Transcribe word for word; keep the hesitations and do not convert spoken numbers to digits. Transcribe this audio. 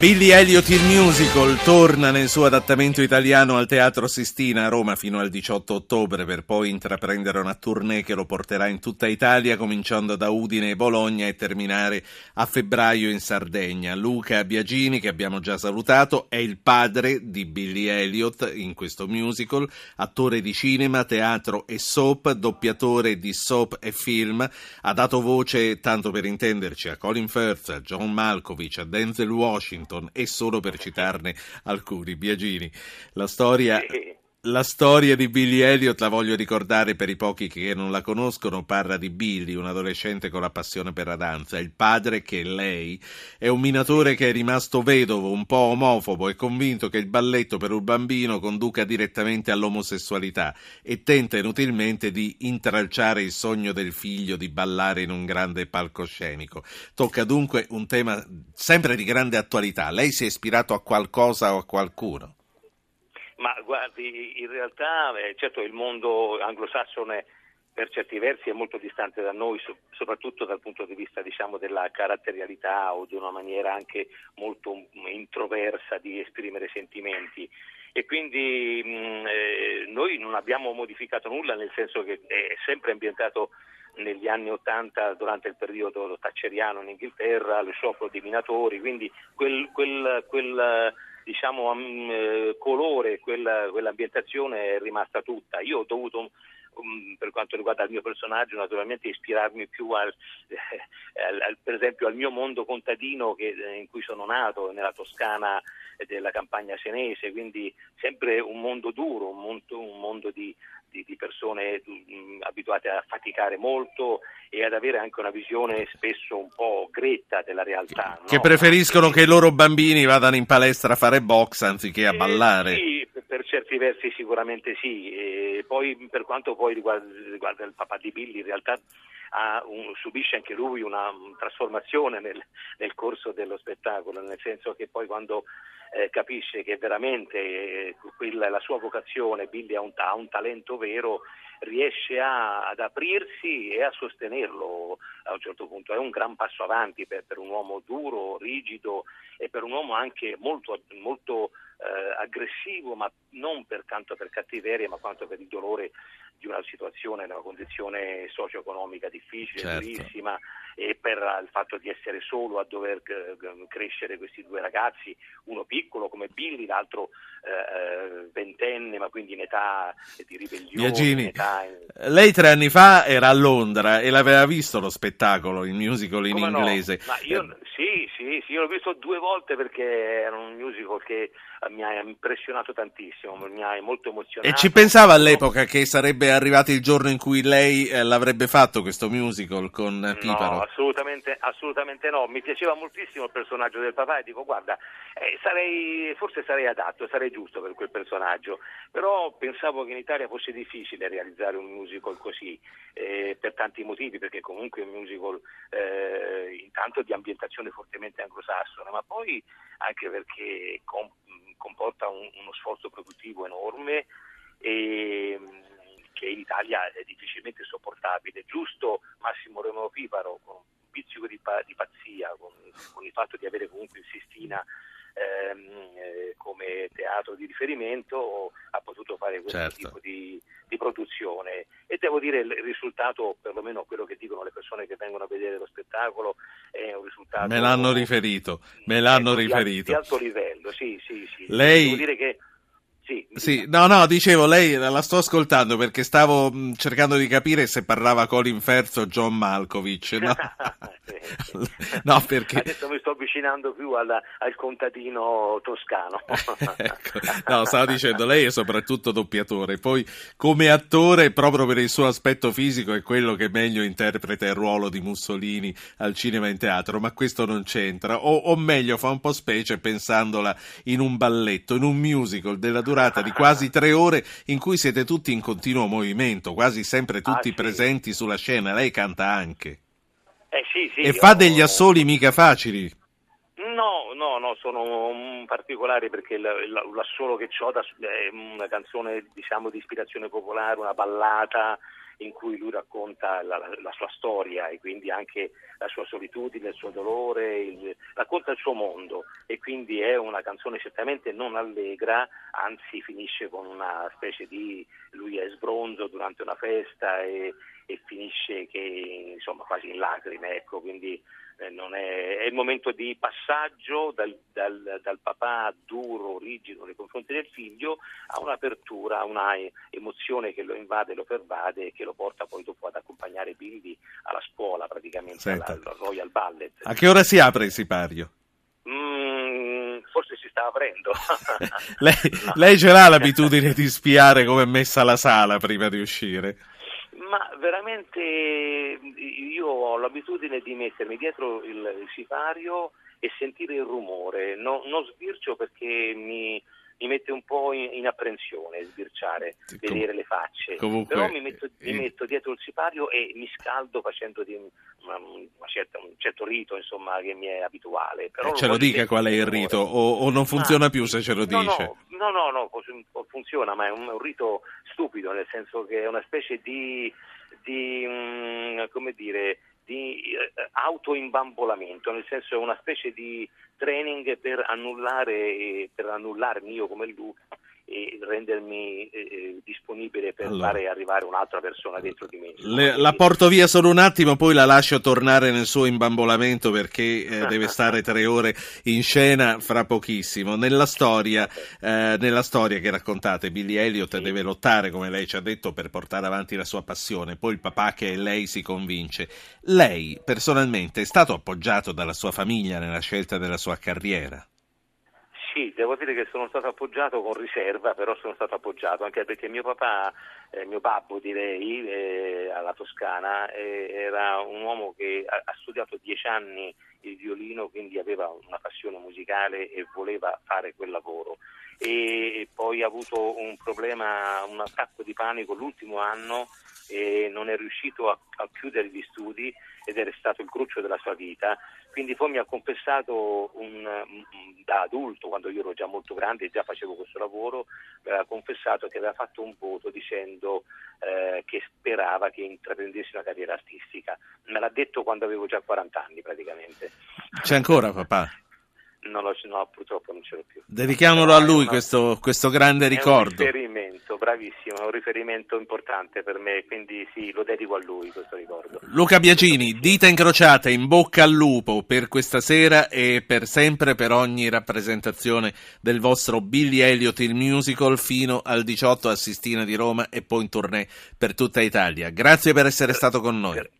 Billy Elliot il musical torna nel suo adattamento italiano al Teatro Sistina a Roma fino al diciotto ottobre, per poi intraprendere una tournée che lo porterà in tutta Italia, cominciando da Udine e Bologna e terminare a febbraio in Sardegna. Luca Biagini, che abbiamo già salutato, è il padre di Billy Elliot in questo musical, attore di cinema, teatro e soap, doppiatore di soap e film. Ha dato voce, tanto per intenderci, a Colin Firth, a John Malkovich, a Denzel Washington, e solo per citarne alcuni. Biagini, la storia, la storia di Billy Elliot, la voglio ricordare per i pochi che non la conoscono, parla di Billy, un adolescente con la passione per la danza. Il padre, che è lei, è un minatore che è rimasto vedovo, un po' omofobo e convinto che il balletto per un bambino conduca direttamente all'omosessualità e tenta inutilmente di intralciare il sogno del figlio di ballare in un grande palcoscenico. Tocca dunque un tema sempre di grande attualità. Lei si è ispirato a qualcosa o a qualcuno? Ma guardi, in realtà, eh, certo, il mondo anglosassone per certi versi è molto distante da noi, so- soprattutto dal punto di vista, diciamo, della caratterialità o di una maniera anche molto introversa di esprimere sentimenti. E quindi mh, eh, noi non abbiamo modificato nulla, nel senso che è sempre ambientato negli anni Ottanta, durante il periodo thatcheriano in Inghilterra, lo sciopero dei minatori, quindi quel, quel, quel diciamo um, colore, quella, quell'ambientazione è rimasta tutta. Io ho dovuto, um, per quanto riguarda il mio personaggio, naturalmente ispirarmi più al, eh, al, al per esempio al mio mondo contadino che, in cui sono nato, nella Toscana della campagna senese, quindi sempre un mondo duro, un mondo, un mondo di, di, di persone mh, abituate a faticare molto e ad avere anche una visione spesso un po' gretta della realtà. Che no? preferiscono Anche, che i loro bambini vadano in palestra a fare box anziché a eh, ballare. Sì, per certi versi sicuramente sì. E poi per quanto poi riguarda, riguarda il papà di Billy, in realtà ha un, subisce anche lui una um, trasformazione nel, nel corso dello spettacolo, nel senso che poi quando eh, capisce che veramente eh, quella è la sua vocazione, Billy ha un, ha un talento vero, riesce a, ad aprirsi e a sostenerlo a un certo punto. È un gran passo avanti per, per un uomo duro, rigido e per un uomo anche molto, molto eh, aggressivo, ma non per tanto per cattiveria, ma quanto per il dolore di una situazione, di una condizione socio-economica difficile, Certo. durissima, e per il fatto di essere solo a dover c- crescere questi due ragazzi, uno piccolo come Billy, l'altro eh, ventenne, ma quindi in età di ribellione. Biagini, in età... lei tre anni fa era a Londra e l'aveva visto lo spettacolo, il musical in Come inglese. No? Ma io, Eh, sì, sì, sì, io l'ho visto due volte perché era un musical che mi ha impressionato tantissimo, mi ha molto emozionato. E ci pensava all'epoca che sarebbe arrivato il giorno in cui lei eh, l'avrebbe fatto questo musical con eh, Piparo? No, assolutamente, assolutamente no. Mi piaceva moltissimo il personaggio del papà e dico, guarda, eh, sarei, forse sarei adatto, sarei giusto per quel personaggio, però pensavo che in Italia fosse difficile realizzare un musical così, eh, per tanti motivi, perché comunque è un musical eh, intanto di ambientazione fortemente anglosassone, ma poi anche perché com- comporta un, uno sforzo produttivo enorme e che in Italia è difficilmente sopportabile. Giusto Massimo Romeo Piparo, con un pizzico di, pa- di pazzia, con, con il fatto di avere comunque il Sistina ehm, eh, come teatro di riferimento, ha potuto fare questo Certo. tipo di, di produzione, e devo dire il risultato, perlomeno quello che dicono le persone che vengono a vedere lo spettacolo, è un risultato... Me l'hanno riferito, me l'hanno ecco, riferito. Di, al- di alto livello, sì, sì, sì. Lei... Devo dire che Sì, Sì, no, no, dicevo, lei la sto ascoltando perché stavo mh, cercando di capire se parlava Colin Firth o John Malkovich, no? sì. No, perché... Adesso mi sto avvicinando più alla, al contadino toscano. Ecco. No, stavo dicendo, lei è soprattutto doppiatore, poi come attore, proprio per il suo aspetto fisico, è quello che meglio interpreta il ruolo di Mussolini al cinema e in teatro, ma questo non c'entra, o, o meglio fa un po' specie pensandola in un balletto, in un musical della durata di quasi tre ore in cui siete tutti in continuo movimento, quasi sempre tutti ah, sì. presenti sulla scena. Lei canta anche Eh, sì, sì, e fa ho... degli assoli mica facili. No, no, no, sono particolari perché l'assolo che ho è una canzone, diciamo, di ispirazione popolare, una ballata, in cui lui racconta la, la, la sua storia e quindi anche la sua solitudine, il suo dolore, il, racconta il suo mondo, e quindi è una canzone certamente non allegra, anzi finisce con una specie di lui è sbronzo durante una festa e, e finisce che insomma quasi in lacrime, ecco, quindi eh, non è, è il momento di passaggio dal, dal, dal papà duro, rigido nei confronti del figlio a un'apertura, a una emozione che lo invade, lo pervade e che lo porta poi dopo ad accompagnare Billy alla scuola, praticamente alla, alla Royal Ballet. A che ora si apre il sipario? Mm, forse si sta aprendo. lei, lei ce l'ha l'abitudine di spiare come è messa la sala prima di uscire? Ma veramente io ho l'abitudine di mettermi dietro il, il sipario e sentire il rumore, no, non sbircio perché mi, mi mette un po' in, in apprensione sbirciare, Com- vedere le facce, comunque, però mi metto, mi metto dietro il sipario e mi scaldo facendo di una, una certa, un certo rito, insomma, che mi è abituale. Però eh, ce lo dica qual è il rito, o, o non funziona ma, più se ce lo no, dice? No, no, no, no, funziona, ma è un, un rito stupido, nel senso che è una specie di, di mh, come dire, di eh, autoimbambolamento, nel senso è una specie di training per annullare, per annullarmi io come Luca e rendermi eh, disponibile per allora. fare arrivare un'altra persona dentro di me. Le, la porto via solo un attimo, poi la lascio tornare nel suo imbambolamento perché eh, deve stare tre ore in scena fra pochissimo. Nella storia, eh, nella storia che raccontate, Billy Elliot sì. deve lottare, come lei ci ha detto, per portare avanti la sua passione, poi il papà che è lei si convince. Lei personalmente è stato appoggiato dalla sua famiglia nella scelta della sua carriera? Sì, devo dire che sono stato appoggiato con riserva, però sono stato appoggiato, anche perché mio papà, eh, mio babbo direi, eh, alla Toscana, eh, era un uomo che ha, ha studiato dieci anni il violino, quindi aveva una passione musicale e voleva fare quel lavoro. E poi ha avuto un problema, un attacco di panico l'ultimo anno e non è riuscito a, a chiudere gli studi ed è stato il cruccio della sua vita. Quindi poi mi ha confessato un, da adulto, quando io ero già molto grande e già facevo questo lavoro, mi aveva confessato che aveva fatto un voto dicendo eh, che sperava che intraprendessi una carriera artistica. Me l'ha detto quando avevo già quaranta anni praticamente. C'è ancora papà? No, no, no, purtroppo non ce l'ho più. Dedichiamolo a lui questo, questo grande ricordo. È un riferimento, bravissimo, è un riferimento importante per me, quindi sì, lo dedico a lui questo ricordo. Luca Biagini, dita incrociate, in bocca al lupo per questa sera e per sempre, per ogni rappresentazione del vostro Billy Elliot il musical fino al diciotto a Sistina di Roma e poi in tournée per tutta Italia. Grazie per essere stato con noi.